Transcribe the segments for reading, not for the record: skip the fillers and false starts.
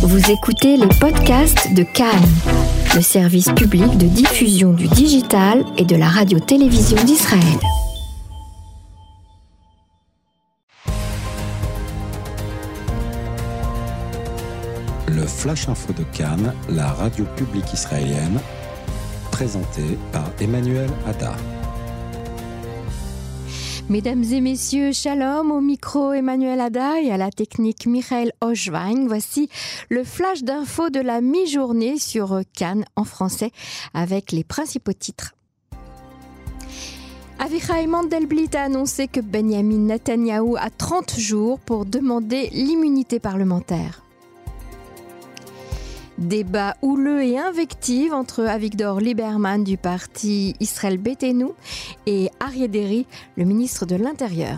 Vous écoutez les podcasts de Cannes, le service public de diffusion du digital et de la radio-télévision d'Israël. Le Flash Info de Cannes, la radio publique israélienne, présenté par Emmanuel Hadar. Mesdames et messieurs, shalom, au micro Emmanuel Hadar et à la technique Michael Oshwein. Voici le flash d'info de la mi-journée sur Cannes en français avec les principaux titres. Avichai Mandelblit a annoncé que Benjamin Netanyahou a 30 jours pour demander l'immunité parlementaire. Débat houleux et invective entre Avigdor Lieberman du parti Israël Beitenu et Aryeh Deri, le ministre de l'Intérieur.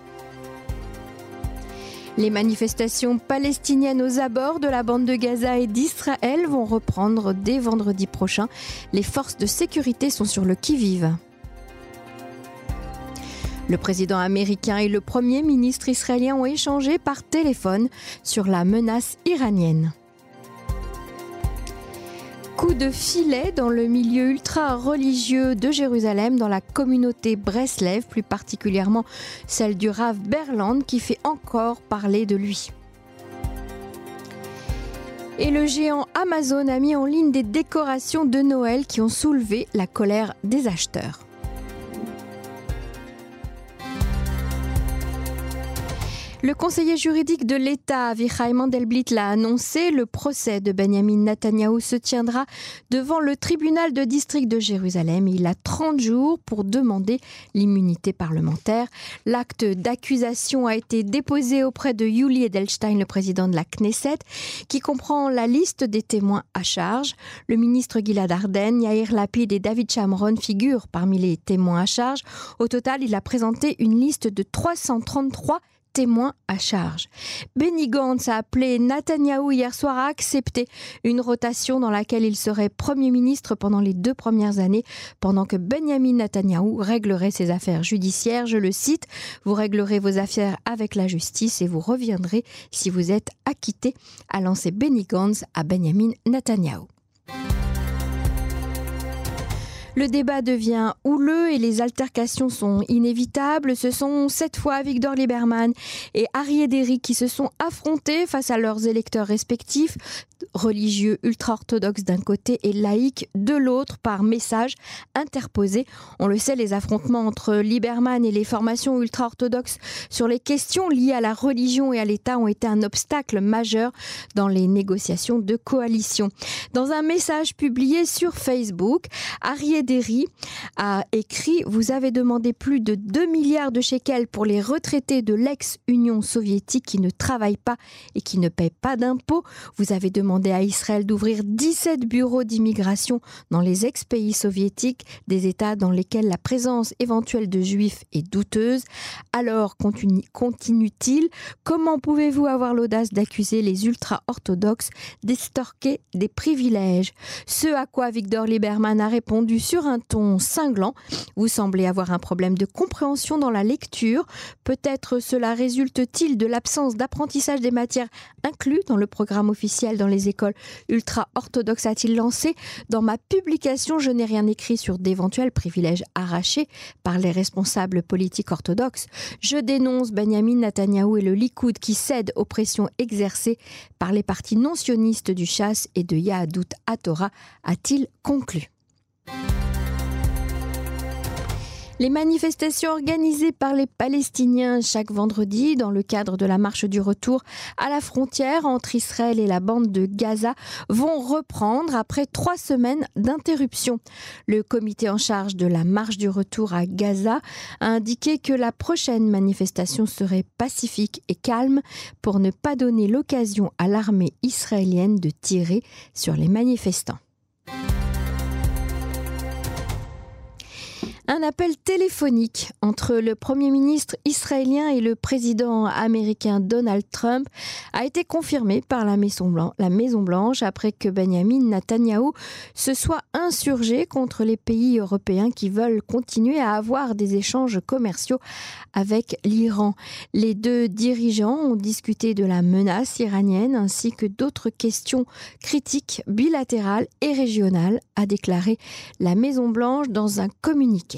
Les manifestations palestiniennes aux abords de la bande de Gaza et d'Israël vont reprendre dès vendredi prochain. Les forces de sécurité sont sur le qui-vive. Le président américain et le premier ministre israélien ont échangé par téléphone sur la menace iranienne. Coup de filet dans le milieu ultra-religieux de Jérusalem, dans la communauté Breslev, plus particulièrement celle du Rav Berland, qui fait encore parler de lui. Et le géant Amazon a mis en ligne des décorations de Noël qui ont soulevé la colère des acheteurs. Le conseiller juridique de l'État, Avichai Mandelblit, l'a annoncé. Le procès de Benjamin Netanyahou se tiendra devant le tribunal de district de Jérusalem. Il a 30 jours pour demander l'immunité parlementaire. L'acte d'accusation a été déposé auprès de Yuli Edelstein, le président de la Knesset, qui comprend la liste des témoins à charge. Le ministre Gilad Arden, Yair Lapid et David Shamron figurent parmi les témoins à charge. Au total, il a présenté une liste de 333 témoins à charge. Benny Gantz a appelé Netanyahou hier soir à accepter une rotation dans laquelle il serait Premier ministre pendant les 2 premières années, pendant que Benjamin Netanyahou réglerait ses affaires judiciaires. Je le cite, « Vous réglerez vos affaires avec la justice et vous reviendrez si vous êtes acquitté », a lancé Benny Gantz à Benjamin Netanyahou. Le débat devient houleux et les altercations sont inévitables. Ce sont cette fois Avigdor Lieberman et Aryeh Deri qui se sont affrontés face à leurs électeurs respectifs, religieux ultra-orthodoxes d'un côté et laïcs de l'autre, par message interposé. On le sait, les affrontements entre Lieberman et les formations ultra-orthodoxes sur les questions liées à la religion et à l'État ont été un obstacle majeur dans les négociations de coalition. Dans un message publié sur Facebook, Aryeh Deri a écrit « Vous avez demandé plus de 2 milliards de shekels pour les retraités de l'ex-Union soviétique qui ne travaillent pas et qui ne paient pas d'impôts. Vous avez demandé à Israël d'ouvrir 17 bureaux d'immigration dans les ex-pays soviétiques, des États dans lesquels la présence éventuelle de juifs est douteuse. Alors, continue-t-il, comment pouvez-vous avoir l'audace d'accuser les ultra-orthodoxes d'extorquer des privilèges ?» Ce à quoi Avigdor Lieberman a répondu sur un ton cinglant. « Vous semblez avoir un problème de compréhension dans la lecture. Peut-être cela résulte-t-il de l'absence d'apprentissage des matières incluses dans le programme officiel dans les écoles ultra-orthodoxes », a-t-il lancé. « Dans ma publication, je n'ai rien écrit sur d'éventuels privilèges arrachés par les responsables politiques orthodoxes. Je dénonce Benjamin Netanyahou et le Likoud qui cèdent aux pressions exercées par les partis non sionistes du Chass et de Yahadut HaTorah », a-t-il conclu. Les manifestations organisées par les Palestiniens chaque vendredi dans le cadre de la marche du retour à la frontière entre Israël et la bande de Gaza vont reprendre après 3 semaines d'interruption. Le comité en charge de la marche du retour à Gaza a indiqué que la prochaine manifestation serait pacifique et calme pour ne pas donner l'occasion à l'armée israélienne de tirer sur les manifestants. Un appel téléphonique entre le Premier ministre israélien et le président américain Donald Trump a été confirmé par la Maison Blanche après que Benjamin Netanyahou se soit insurgé contre les pays européens qui veulent continuer à avoir des échanges commerciaux avec l'Iran. Les deux dirigeants ont discuté de la menace iranienne ainsi que d'autres questions critiques bilatérales et régionales, a déclaré la Maison Blanche dans un communiqué.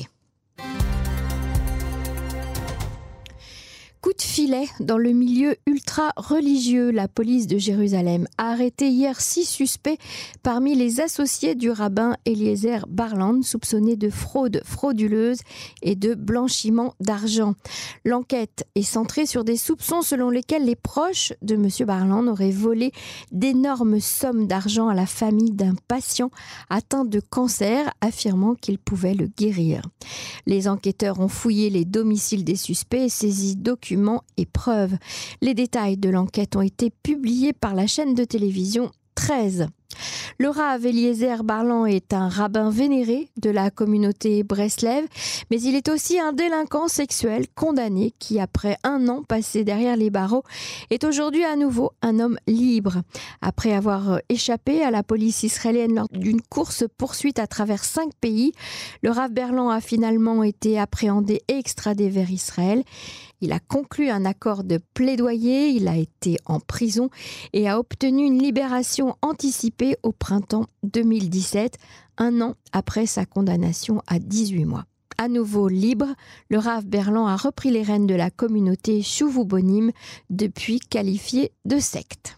Coup de filet dans le milieu ultra-religieux. La police de Jérusalem a arrêté hier 6 suspects parmi les associés du rabbin Eliezer Barland, soupçonnés de fraude frauduleuse et de blanchiment d'argent. L'enquête est centrée sur des soupçons selon lesquels les proches de M. Barland auraient volé d'énormes sommes d'argent à la famille d'un patient atteint de cancer, affirmant qu'il pouvait le guérir. Les enquêteurs ont fouillé les domiciles des suspects et saisi documents et preuves. Les détails de l'enquête ont été publiés par la chaîne de télévision 13. Le Rav Eliezer Barland est un rabbin vénéré de la communauté Breslev, mais il est aussi un délinquant sexuel condamné qui, après 1 an passé derrière les barreaux, est aujourd'hui à nouveau un homme libre. Après avoir échappé à la police israélienne lors d'une course-poursuite à travers 5 pays, le Rav Barland a finalement été appréhendé et extradé vers Israël. Il a conclu un accord de plaidoyer, il a été en prison et a obtenu une libération anticipée au printemps 2017, 1 an après sa condamnation à 18 mois. À nouveau libre, le Rav Barland a repris les rênes de la communauté Chouvubonim, depuis qualifiée de secte.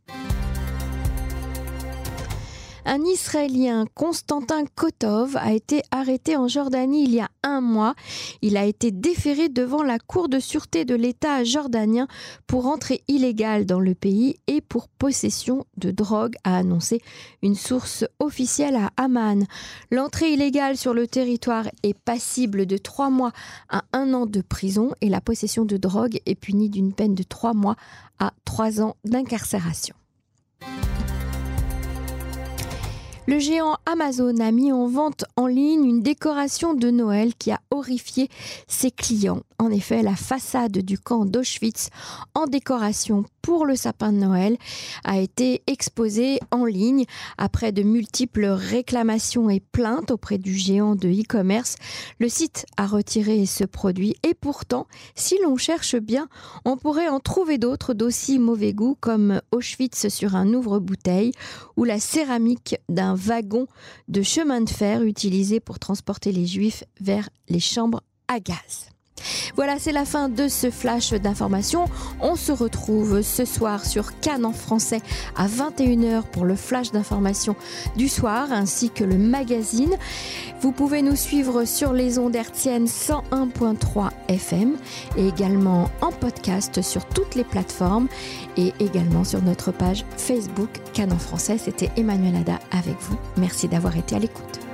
Un Israélien, Constantin Kotov, a été arrêté en Jordanie il y a 1 mois. Il a été déféré devant la Cour de sûreté de l'État jordanien pour entrée illégale dans le pays et pour possession de drogue, a annoncé une source officielle à Amman. L'entrée illégale sur le territoire est passible de 3 mois à 1 an de prison et la possession de drogue est punie d'une peine de 3 mois à 3 ans d'incarcération. Le géant Amazon a mis en vente en ligne une décoration de Noël qui a horrifié ses clients. En effet, la façade du camp d'Auschwitz en décoration pour le sapin de Noël a été exposée en ligne après de multiples réclamations et plaintes auprès du géant de e-commerce. Le site a retiré ce produit et pourtant, si l'on cherche bien, on pourrait en trouver d'autres d'aussi mauvais goût comme Auschwitz sur un ouvre-bouteille ou la céramique d'un wagon de chemin de fer utilisé pour transporter les Juifs vers les chambres à gaz. Voilà, c'est la fin de ce flash d'information. On se retrouve ce soir sur Cannes en français à 21h pour le flash d'information du soir ainsi que le magazine. Vous pouvez nous suivre sur les ondes hertziennes 101.3 FM et également en podcast sur toutes les plateformes et également sur notre page Facebook Cannes en français. C'était Emmanuel Ada avec vous. Merci d'avoir été à l'écoute.